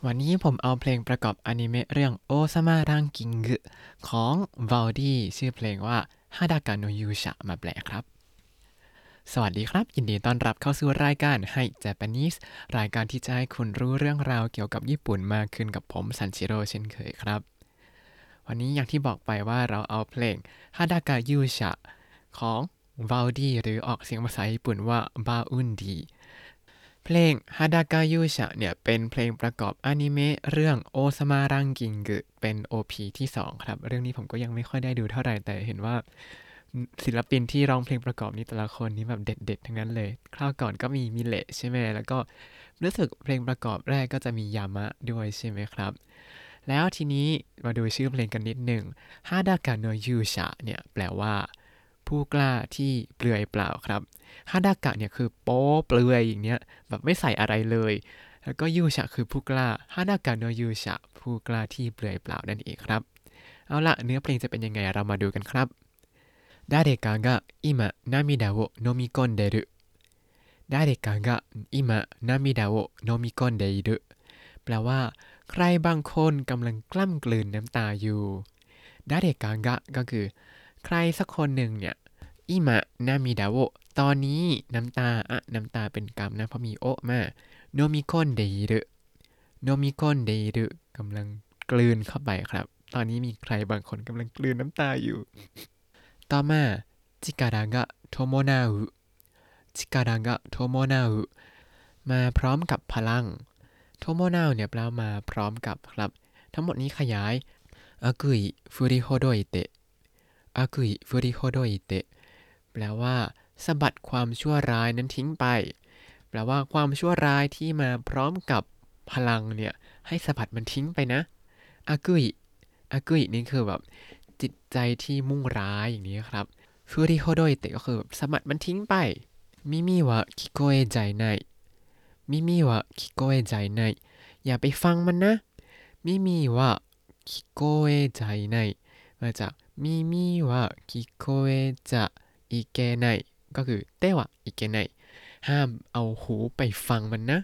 วันนี้ผมเอาเพลงประกอบอนิเมะเรื่องโอซามารังกิงกของวาลดี้ชื่อเพลงว่าฮาดากะโนยูชะมาแปลครับสวัสดีครับยินดีต้อนรับเข้าสู่รายการไฮเจแปนิสรายการที่จะให้คุณรู้เรื่องราวเกี่ยวกับญี่ปุ่นมากขึ้นกับผมซันชิโร่เช่นเคยครับวันนี้อย่างที่บอกไปว่าเราเอาเพลงฮาดากะยูชะของวาลดี้หรือออกเสียงภาษาญี่ปุ่นว่าบาอุนดีเพลง Hadaka Yusha เนี่ยเป็นเพลงประกอบอนิเมะเรื่อง Osama Ranking เป็น OP ที่2ครับเรื่องนี้ผมก็ยังไม่ค่อยได้ดูเท่าไหร่แต่เห็นว่าศิลปินที่ร้องเพลงประกอบนี้แต่ละคนนี้แบบเด็ดๆทั้งนั้นเลยคราวก่อนก็มีมิเลใช่ไหมแล้วก็รู้สึกเพลงประกอบแรกก็จะมียามะด้วยใช่ไหมครับแล้วทีนี้มาดูชื่อเพลงกันนิดหนึ่ง Hadaka no Yusha เนี่ยแปลว่าผู้กล้าที่เปลือยเปล่าครับฮาดากะเนี่ยคือโป๊เปลือยอย่างเนี้ยแบบไม่ใส่อะไรเลยแล้วก็ยูชะคือผู้กล้าฮาดากะโนยูชะผู้กล้าที่เปลือยเปล่านั่นเองครับเอาละเนื้อเพลงจะเป็นยังไงเรามาดูกันครับ誰かが今涙を飲み込んでる誰かが今涙を飲み込んでいるแปลว่าใครบางคนกำลังกล้ำกลืนน้ำตาอยู่誰かがก็คือใครสักคนหนึ่งเนี่ยอิมะนามิดาโวตอนนี้น้ำตาน้ำตาเป็นกรรมนะเพราะมีโอมาโนมิคอนเดอิรุโนมิคอนเดอิรุกำลังกลืนเข้าไปครับตอนนี้มีใครบางคนกำลังกลืนน้ำตาอยู่ต่อมาจิการะกะโทโมนาอุจิการะกะโทโมนาอุมาพร้อมกับพลังโทโมนาอุเนี่ยแปลมาพร้อมกับครับทั้งหมดนี้ขยายอากุอิฟุริโฮโดอิเตะอากุอิฟุริโฮโดอิเตะแปลว่าสะบัดความชั่วร้ายนั้นทิ้งไปแปลว่าความชั่วร้ายที่มาพร้อมกับพลังเนี่ยให้สะบัดมันทิ้งไปนะอากุอิอากุอินี่คือแบบจิตใจที่มุ่งร้ายอย่างนี้ครับฟูริโฮโดอิเตะก็คือแบบสะบัดมันทิ้งไปมิมิวะคิโกเอใจไนมิมิวะคิโกเอใจไนอย่าไปฟังมันนะมิมิวะคิโกเอใจไนมาจากมิมิวะคิโกเอจะอิเกไนก็คือเตวะอิเกไนห้ามเอาหูไปฟังมันนะ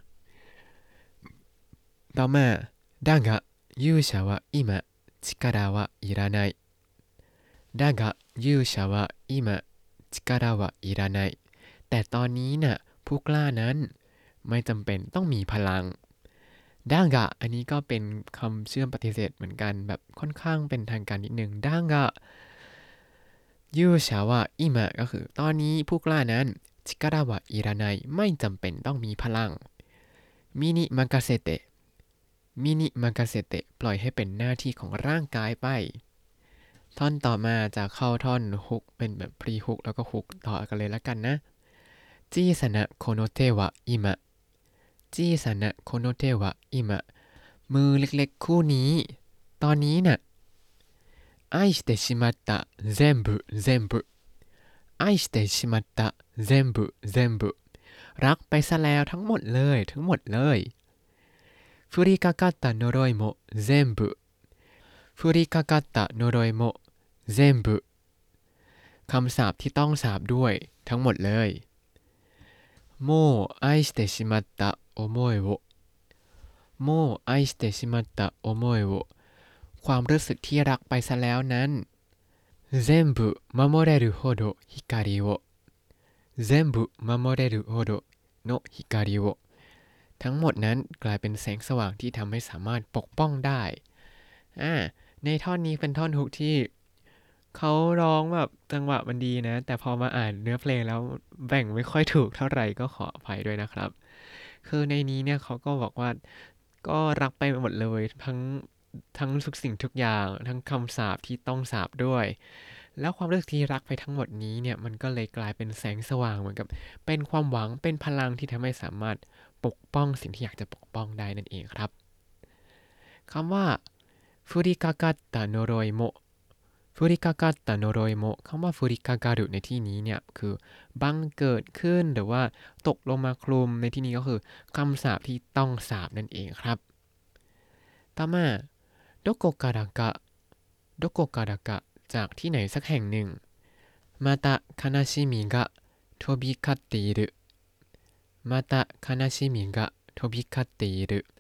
ต่อมาだが勇者は今力はいらないだが勇者は今力はいらないแต่ตอนนี้น่ะผู้กล้านั้นไม่จำเป็นต้องมีพลังดังกะอันนี้ก็เป็นคำเชื่อมปฏิเสธเหมือนกันแบบค่อนข้างเป็นทางการนิดนึงดังกะยูชาวะอิมะก็คือตอนนี้ผู้กล้านั้นชิการะวะอิระไนไม่จำเป็นต้องมีพลังมินิมากาเซเตะมินิมากาเซเตะปล่อยให้เป็นหน้าที่ของร่างกายไปท่อนต่อมาจะเข้าท่อนฮุกเป็นแบบพรีฮุกแล้วก็ฮุกต่อกันเลยละกันนะจิสนะโคโนเทวะอิมะจิสนะโคโนเทวะอิมะมือเล็กๆคู่นี้ตอนนี้น่ะ愛してしまった全部全部愛してしまった全部全部รักไปซะแล้วทั้งหมดเลยทั้งหมดเลย降りかかった呪いも全部降りかかった呪いも全部คำสาปที่ต้องสาปด้วยทั้งหมดเลยもう愛してしまった思いをもう愛してしまった思いをความรู้สึกที่รักไปซะแล้วนั้น全部守れるほど光を全部守れるほどの光をทั้งหมดนั้นกลายเป็นแสงสว่างที่ทำให้สามารถปกป้องได้ในท่อนนี้เป็นท่อนฮุกที่เขาร้องแบบจังหวะมันดีนะแต่พอมาอ่านเนื้อเพลงแล้วแบ่งไม่ค่อยถูกเท่าไหร่ก็ขออภัยด้วยนะครับคือในนี้เนี่ยเขาก็บอกว่าก็รักไปหมดเลยทั้งทุกสิ่งทุกอย่างทั้งคำสาปที่ต้องสาปด้วยแล้วความรู้สึกที่รักไปทั้งหมดนี้เนี่ยมันก็เลยกลายเป็นแสงสว่างเหมือนกับเป็นความหวังเป็นพลังที่ทำให้สามารถปกป้องสิ่งที่อยากจะปกป้องได้นั่นเองครับคำว่าฟูริกากะตะโนโรยโมฟูริกากะตะโนโรยโมคำว่าฟูริกากะรุในที่นี้เนี่ยคือบังเกิดขึ้นหรือว่าตกลงมาคลุมในที่นี้ก็คือคำสาปที่ต้องสาปนั่นเองครับต่อมาโดโกการะกะโดโกการะกะจากที่ไหนสักแห่งหนึ่งมาตะคานาชิมิกะโทบิคัตติรุมาตะคานาชิมิกะโทบิคัตติรุคว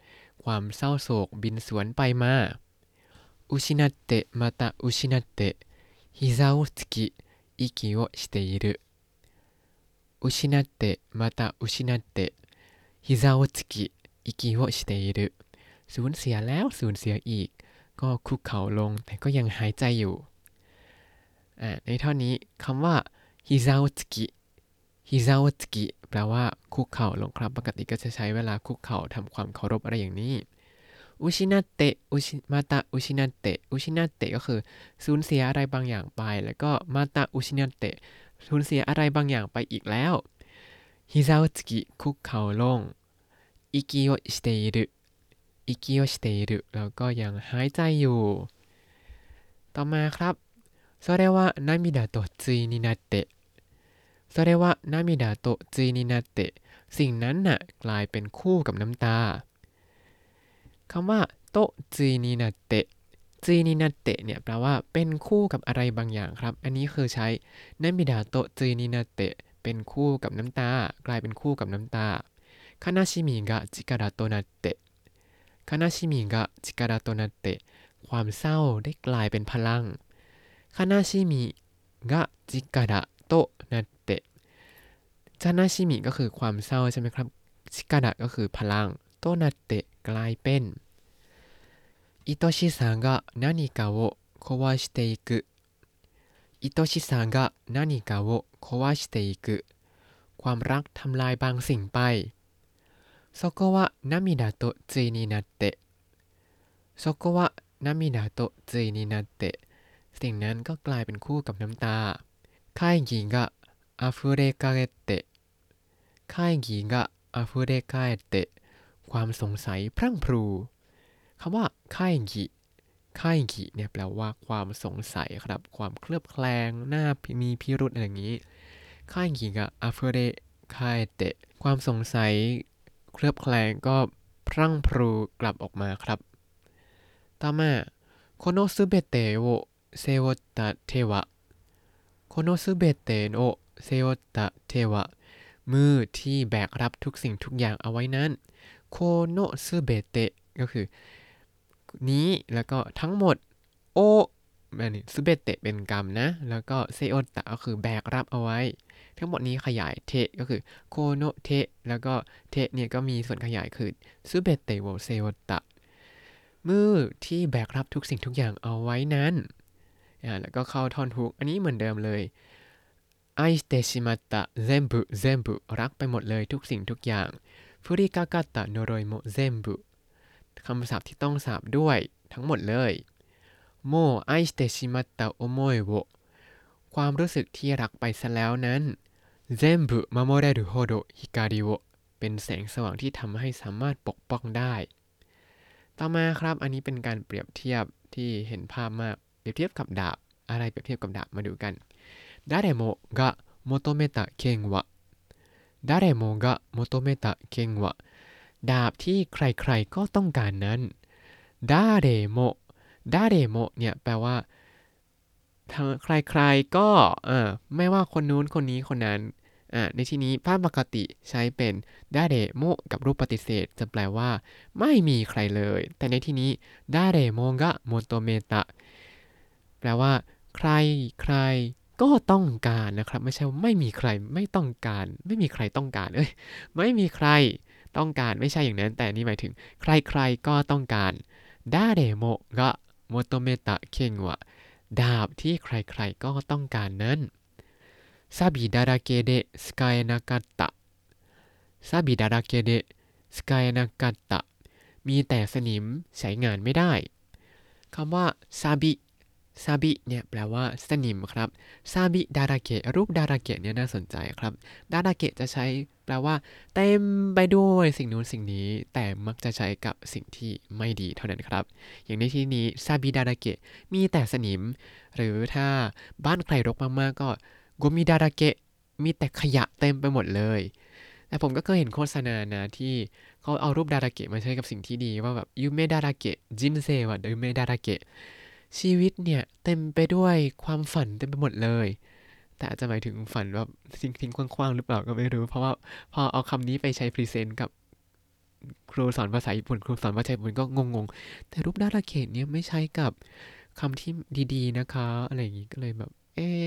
ความเศร้าโศกบินสวนไปมาอุชินาเตะมาตาอุชินาเตะฮิซาโอสกิอิกิโอชิเตอิรุอุชินาเตะมาตาอุชินาเตะฮิซาโอสกิอิกิโอชิเตอิรุสูญเสียแล้วสูญเสียอีกก็คุกเข่าลงแต่ก็ยังหายใจอยู่ในท่อนนี้คำว่าฮิซาโอสกิฮิซาโอสกิแปลว่าคุกเข่าลงครับปกติก็จะใช้เวลาคุกเข่าทำความเคารพอะไรอย่างนี้อุชินาเตะมาตาอุชินาเตะอุชินาเตะก็คือสูญเสียอะไรบางอย่างไปแล้วก็มาตาอุชินาเตะสูญเสียอะไรบางอย่างไปอีกแล้วฮิซาโอสกิคุกเข่าลงอิกิโอชิเตอิรุอิกิโอชิเตอิรุแล้วก็ยังหายใจอยู่ต่อมาครับそれは涙と対になってそれは涙と対になってสิ่งนั้นน่ะกลายเป็นคู่กับน้ำตาคำว่าโตจีนินาเตะจีนินาเตะเนี่ยแปลว่าเป็นคู่กับอะไรบางอย่างครับอันนี้คือใช้นามิดาโตจีนินาเตะเป็นคู่กับน้ำตากลายเป็นคู่กับน้ำตาคานาชิมิกะจิการะโตนาเตะคานาชิมิกะจิการะโตนาเตะความเศร้าได้กลายเป็นพลังคานาชิมิกะจิการะโตนาเตะคานาชิมิก็คือความเศร้าใช่ไหมครับจิการะก็คือพลังโตนาเตะกลายเป็น愛しさが何かを壊していく愛しさが何かを壊していくความรักทำลายบางสิ่งไปそこは涙と対になってそこは涙と対になってสิ่งนั้นก็กลายเป็นคู่กับน้ำตา会議が溢れ返って会議が溢れ返ってความสงสัยพรั่งพรูคำว่าไข่กิไข่กิเนี่ยแปลว่าความสงสัยครับความเคลือบแคลงหน้ามีพิรุธอะไรอย่างนี้ไข่กิกับอัฟเรไคเตะความสงสัยเคลือบแคลงก็พรั่งพรูกลับออกมาครับต่อมาโคโนซุเบเตโอเซโอตะเทวะโคโนซุเบเตโอเซโอตะเทวะมือที่แบกรับทุกสิ่งทุกอย่างเอาไว้นั้นโคโนซุเบเตะก็คือนี้แล้วก็ทั้งหมดโอนี่ซุเบเตะเป็นกรรมนะแล้วก็เซโอตะก็คือแบกรับเอาไว้ทั้งหมดนี้ขยายเทก็คือโคโนเทแล้วก็เทเนี่ยก็มีส่วนขยายคือซุเบเตะโวเซโอตะมือที่แบกรับทุกสิ่งทุกอย่างเอาไว้นั้นแล้วก็เข้าท่อนฮุกอันนี้เหมือนเดิมเลยไอสเตชิมัตตะเซมบุเซมบุรักไปหมดเลยทุกสิ่งทุกอย่างฟุริกากาตะโนโรยโมเซมบุคำศัพท์ที่ต้องสาบด้วยทั้งหมดเลยโมไอสเตชิมัตตะโอโมเอโวความรู้สึกที่รักไปซะแล้วนั้นเซมบุมาโมเรรุโฮโดฮิการิโวเป็นแสงสว่างที่ทำให้สามารถปกป้องได้ต่อมาครับอันนี้เป็นการเปรียบเทียบที่เห็นภาพมากเปรียบเทียบกับดาบอะไรเปรียบเทียบกับดาบมาดูกัน誰もが求めた剣は誰もが求めた剣はดาบที่ใครๆก็ต้องการนั้นดาเรโมดาเรโมเนี่ยแปลว่าใครๆก็ไม่ว่าคนนู้นคนนี้คนนั้นในที่นี้ภาพปกติใช้เป็นดาเรโมกับรูปปฏิเสธจะแปลว่าไม่มีใครเลยแต่ในที่นี้ดาเรโมกะโมโตเมตะแปลว่าใครๆก็ต้องการนะครับไม่ใช่ไม่มีใครไม่ต้องการไม่มีใครต้องการไม่มีใครต้องการไม่ใช่อย่างนั้นแต่นี่หมายถึงใครๆก็ต้องการดาเรโมกะโมโตเมตะเค็งวะดาบที่ใครๆก็ต้องการนั้นซาบิดาราเกเดสกายนากาตะซาบิดาราเกเดสกายนากาตะมีแต่สนิมใช้งานไม่ได้คำว่าซาบิเนี่ยแปลว่าสนิมครับซาบิดาราเกะรูปดาราเกะเนี่ยน่าสนใจครับดาราเกะจะใช้แปลว่าเต็มไปด้วยสิ่งนู้นสิ่งนี้แต่มักจะใช้กับสิ่งที่ไม่ดีเท่านั้นครับอย่างในที่นี้ซาบิดาราเกะมีแต่สนิมหรือถ้าบ้านใครรกมากๆก็โกมิดาราเกะมีแต่ขยะเต็มไปหมดเลยแต่ผมก็เคยเห็นโฆษณานะที่เขาเอารูปดาราเกะมาใช้กับสิ่งที่ดีว่าแบบยูเมดาราเกะจินเซวะยูเมดาราเกะชีวิตเนี่ยเต็มไปด้วยความฝันเต็มไปหมดเลยแต่อาจจะหมายถึงฝันแบบทิ้งๆคว้างๆหรือเปล่าก็ไม่รู้เพราะว่าพอเอาคำนี้ไปใช้พรีเซนต์กับครูสอนภาษาญี่ปุ่นครูสอนภาษาญี่ปุ่นก็งงๆแต่รูปดาราเกตเนี่ยไม่ใช้กับคำที่ดีๆนะคะอะไรอย่างงี้ก็เลยแบบ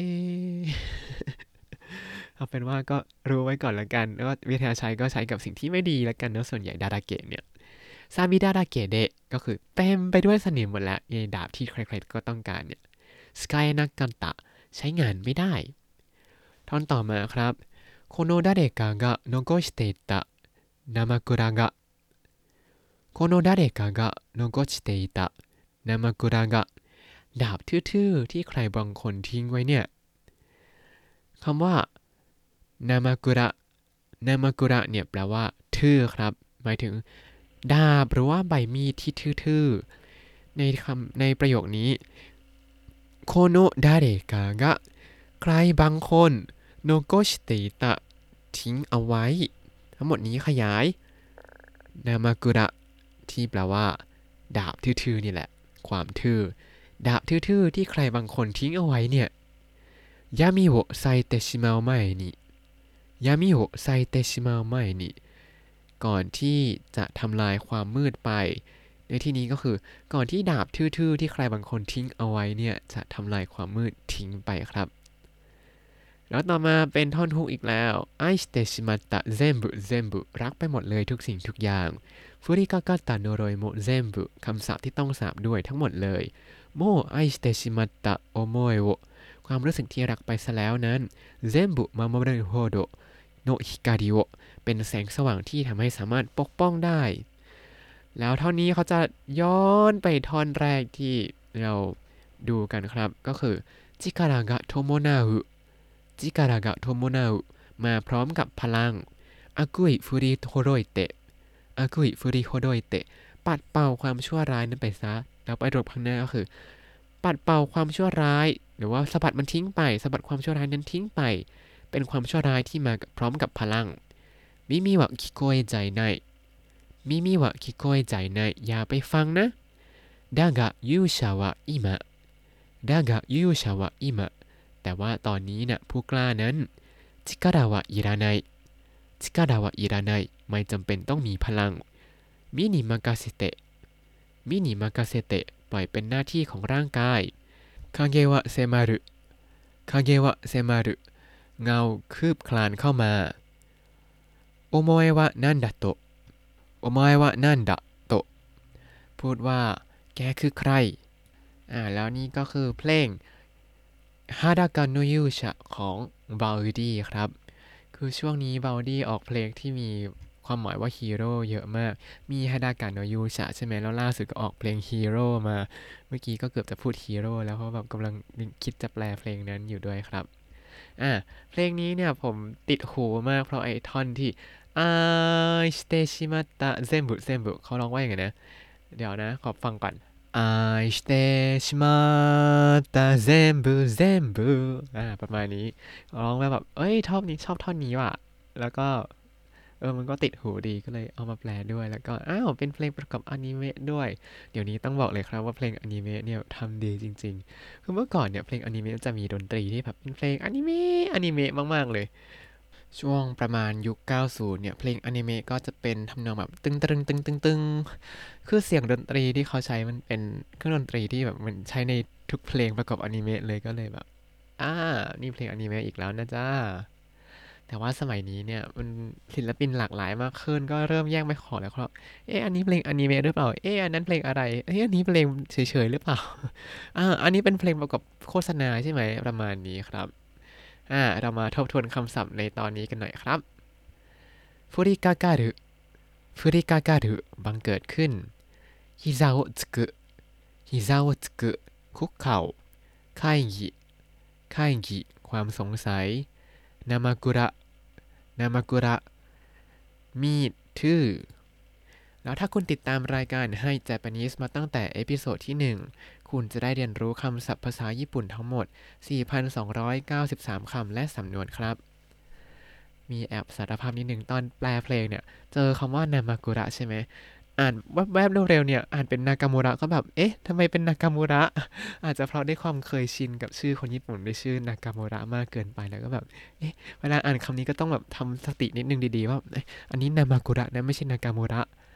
เอาเป็นว่าก็รู้ไว้ก่อนละกันว่าวิทยาใช้ก็ใช้กับสิ่งที่ไม่ดีละกันเนอะส่วนใหญ่ดาราเกตเนี่ยซาบิดาราเกะเดะก็คือเต็มไปด้วยสนิมหมดแล้วไอ้ดาบที่ใครๆก็ต้องการเนี่ยสกายนักกันตะใช้งานไม่ได้ท่อนต่อมาครับโคโนดาเดกะกะโนโกชิเตอิตะนามากุระกะโคโนดาเดกะกะโนโกชิเตอิตะนามากุระกะดาบทื่อๆที่ใครบางคนทิ้งไว้เนี่ยคำว่านามากุระนามากุระเนี่ยแปลว่าทื่อครับหมายถึงดาบหรือว่าใบมีดที่ทื่อๆในประโยคนี้โคโนดาเดกะกะใครบางคนโนโกชิเตอิตะทิ้งเอาไว้ทั้งหมดนี้ขยายนามากุระที่แปลว่าดาบทื่อๆนี่แหละความทื่อดาบทื่อๆที่ใครบางคนทิ้งเอาไว้เนี่ยยามิโอะไซเตชิมาอุมะเอะนิยามิโอะไซเตชิมาอุมะเอะนิก่อนที่จะทำลายความมืดไปในที่นี้ก็คือก่อนที่ดาบทื่อๆที่ใครบางคนทิ้งเอาไว้เนี่ยจะทำลายความมืดทิ้งไปครับแล้วต่อมาเป็นท่อนฮุกอีกแล้วไอชิเตชิมัตตะเซมบุเซมบุรักไปหมดเลยทุกสิ่งทุกอย่างฟุริกากาตะโนโรยโมเซมบุคำสาปที่ต้องสาปด้วยทั้งหมดเลยโมไอชิเตชิมัตตะโอโมเอโวความรู้สึกที่รักไปซะแล้วนั้นเซมบุมาโมเรโฮโดโนฮิการิโอเป็นแสงสว่างที่ทำให้สามารถปกป้องได้แล้วเท่านี้เขาจะย้อนไปท่อนแรกที่เราดูกันครับก็คือจิการากะโทโมนาอุจิการากะโทโมนาอุมาพร้อมกับพลังอากุอิฟุริโฮโรยเตะอากุอิฟุริโฮโรยเตะปัดเป่าความชั่วร้ายนั้นไปซะแล้วประโยคข้างหน้าก็คือปัดเป่าความชั่วร้ายหรือว่าสะบัดมันทิ้งไปสะบัดความชั่วร้ายนั้นทิ้งไปเป็นความชั่วร้ายที่มาพร้อมกับพลังมิมิวะคิโกเอใจไนมิมิวะคิโกเอใจไนอย่าไปฟังนะดากะยูชาวะอิมะดากะยูชาวะอิมะแต่ว่าตอนนี้น่ะผู้กล้านั้นจิการาวะอิราไนจิการาวะอิราไนไม่จำเป็นต้องมีพลังมินิมากาเซเตะมินิมากาเซเตะปล่อยเป็นหน้าที่ของร่างกายคาเกวะเซมารุคาเกวะเซมารุเงาคืบคลานเข้ามาโอโมเอวะนันดะโตะโอโมเอวะนันดะโตะพูดว่าแกคือใครแล้วนี่ก็คือเพลงฮาดากาโนยุชะของบาลดี้ครับคือช่วงนี้บาลดี้ออกเพลงที่มีความหมายว่าฮีโร่เยอะมากมีฮาดากาโนยุชะใช่ไหมแล้วล่าสุดก็ออกเพลงฮีโร่มาเมื่อกี้ก็เกือบจะพูดฮีโร่แล้วเพราะแบบกำลังคิดจะแปลเพลงนั้นอยู่ด้วยครับเพลงนี้เนี่ยผมติดหูมากเพราะไอ้ท่อนที่อาชิเตชิมัตตะเซมบุเซมบุเขาร้องว่าอย่างไงนะเดี๋ยวนะขอฟังก่อน愛してしまった全部全部ประมาณนี้ร้องแบบเอ้ยชอบท่อนนี้ว่ะแล้วก็มันก็ติดหูดีก็เลยเอามาแปลด้วยแล้วก็เป็นเพลงประกอบอนิเมะด้วยเดี๋ยวนี้ต้องบอกเลยครับว่าเพลงอนิเมะเนี่ยทำดีจริงๆคือเมื่อก่อนเนี่ยเพลงอนิเมะจะมีดนตรีที่แบบเป็นเพลงอนิเมะมากๆเลยช่วงประมาณยุค90เนี่ยเพลงอนิเมะก็จะเป็นทำนองแบบตึงตึงตึงตึงตึงคือเสียงดนตรีที่เขาใช้มันเป็นเครื่องดนตรีที่แบบมันใช้ในทุกเพลงประกอบอนิเมะเลยก็เลยแบบนี่เพลงอนิเมะอีกแล้วนะจ๊ะแต่ว่าสมัยนี้เนี่ยมันศิลปินหลากหลายมากขึ้นก็เริ่มแยกไม่ออกแล้วครับอันนี้เพลงอนิเมะหรือเปล่าอันนั้นเพลงอะไรอันนี้เพลงเฉยๆหรือเปล่าอันนี้เป็นเพลงประกอบโฆษณาใช่ไหมประมาณนี้ครับเรามาทบทวนคำศัพท์ในตอนนี้กันหน่อยครับฟุริกาการุฟุริกาการุบังเกิดขึ้นฮิซาโอะつくฮิซาโอะつくคุกเข่าไคงิไคงิความสงสัยนามากุระนามากุระมีดทื่อแล้วถ้าคุณติดตามรายการให้ Japanese มาตั้งแต่เอพิโซดที่1คุณจะได้เรียนรู้คำศัพท์ภาษาญี่ปุ่นทั้งหมด 4,293 คำและสำนวนครับมีแอบสารภาพนิดนึงตอนแปลเพลงเนี่ยเจอคำว่านามากุระใช่ไหมอ่านแวบๆเร็วๆเนี่ยอ่านเป็นนากามูระก็แบบทำไมเป็นนากามูระอาจจะเพราะได้ความเคยชินกับชื่อคนญี่ปุ่นด้วยชื่อนากามูระมากเกินไปแล้วก็แบบเวลาอ่านคำนี้ก็ต้องแบบทำสตินิดนึงดีๆว่าอันนี้นามากุระนะไม่ใช่นากามูระ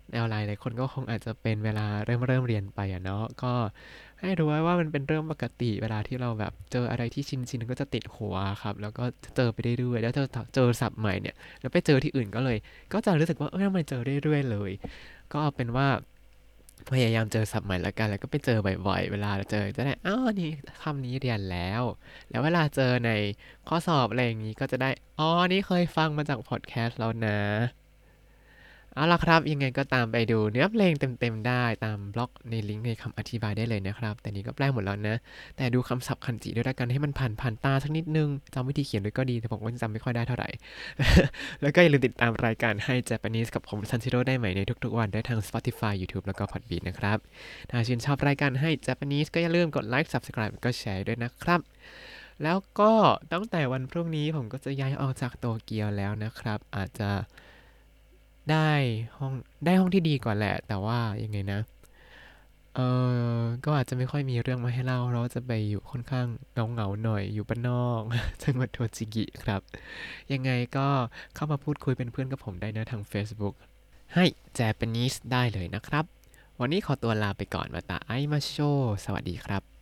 แนวหลายคนก็คงอาจจะเป็นเวลาเริ่มเรียนไปอะเนาะก็ให้รู้ไว้ว่ามันเป็นเรื่องปกติเวลาที่เราแบบเจออะไรที่ชินก็จะติดหัวครับแล้วก็เจอไปเรื่อยๆแล้วเจอศัพท์ใหม่เนี่ยแล้วไปเจอที่อื่นก็จะรู้สึกว่าทำไมเจอเรื่อยๆเลยก็เอาเป็นว่าพยายามเจอศัพท์ใหม่แล้วกันแล้วก็ไปเจอบ่อยๆเวลาเจอจะได้นี่คำนี้เรียนแล้วเวลาเจอในข้อสอบอะไรอย่างงี้ก็จะได้นี่เคยฟังมาจากพอดแคสต์แล้วนะ เอาล่ะครับยังไงก็ตามไปดูเนื้อเพลงเต็มๆได้ตามบล็อกในลิงก์ในคำอธิบายได้เลยนะครับแต่นี้ก็แปลหมดแล้วนะแต่ดูคำศัพท์คันจิด้วยละกันให้มันผ่านตาสักนิดนึงจำวิธีเขียนด้วยก็ดีแต่ผมก็จำไม่ค่อยได้เท่าไหร่แล้วก็อย่าลืมติดตามรายการให้ Japanese กับผมซันซิโร่ได้ใหม่ในทุกๆวันได้ทาง Spotify YouTube แล้วก็ Podbean นะครับถ้าชื่นชอบรายการให้ Japanese ก็อย่าลืมกดไลค์ Subscribe แล้วก็แชร์ด้วยนะครับแล้วก็ตั้งแต่วันพรุ่งนี้ผมก็จะย้ายออกจากโตเกียวแล้วนะครับอาจจะ ได้ห้องได้ห้องที่ดีก่อนแหละแต่ว่ายังไงนะเอก็อาจจะไม่ค่อยมีเรื่องมาให้เล่าเราจะไปอยู่ค่อนข้างเหงาหน่อยอยู่บ้านนอกจังหวัดโทจิกิครับยังไงก็เข้ามาพูดคุยเป็นเพื่อนกับผมได้นะทาง Facebook ให้ Japanese ได้เลยนะครับวันนี้ขอตัวลาไปก่อนมาตาไอมาโชสวัสดีครับ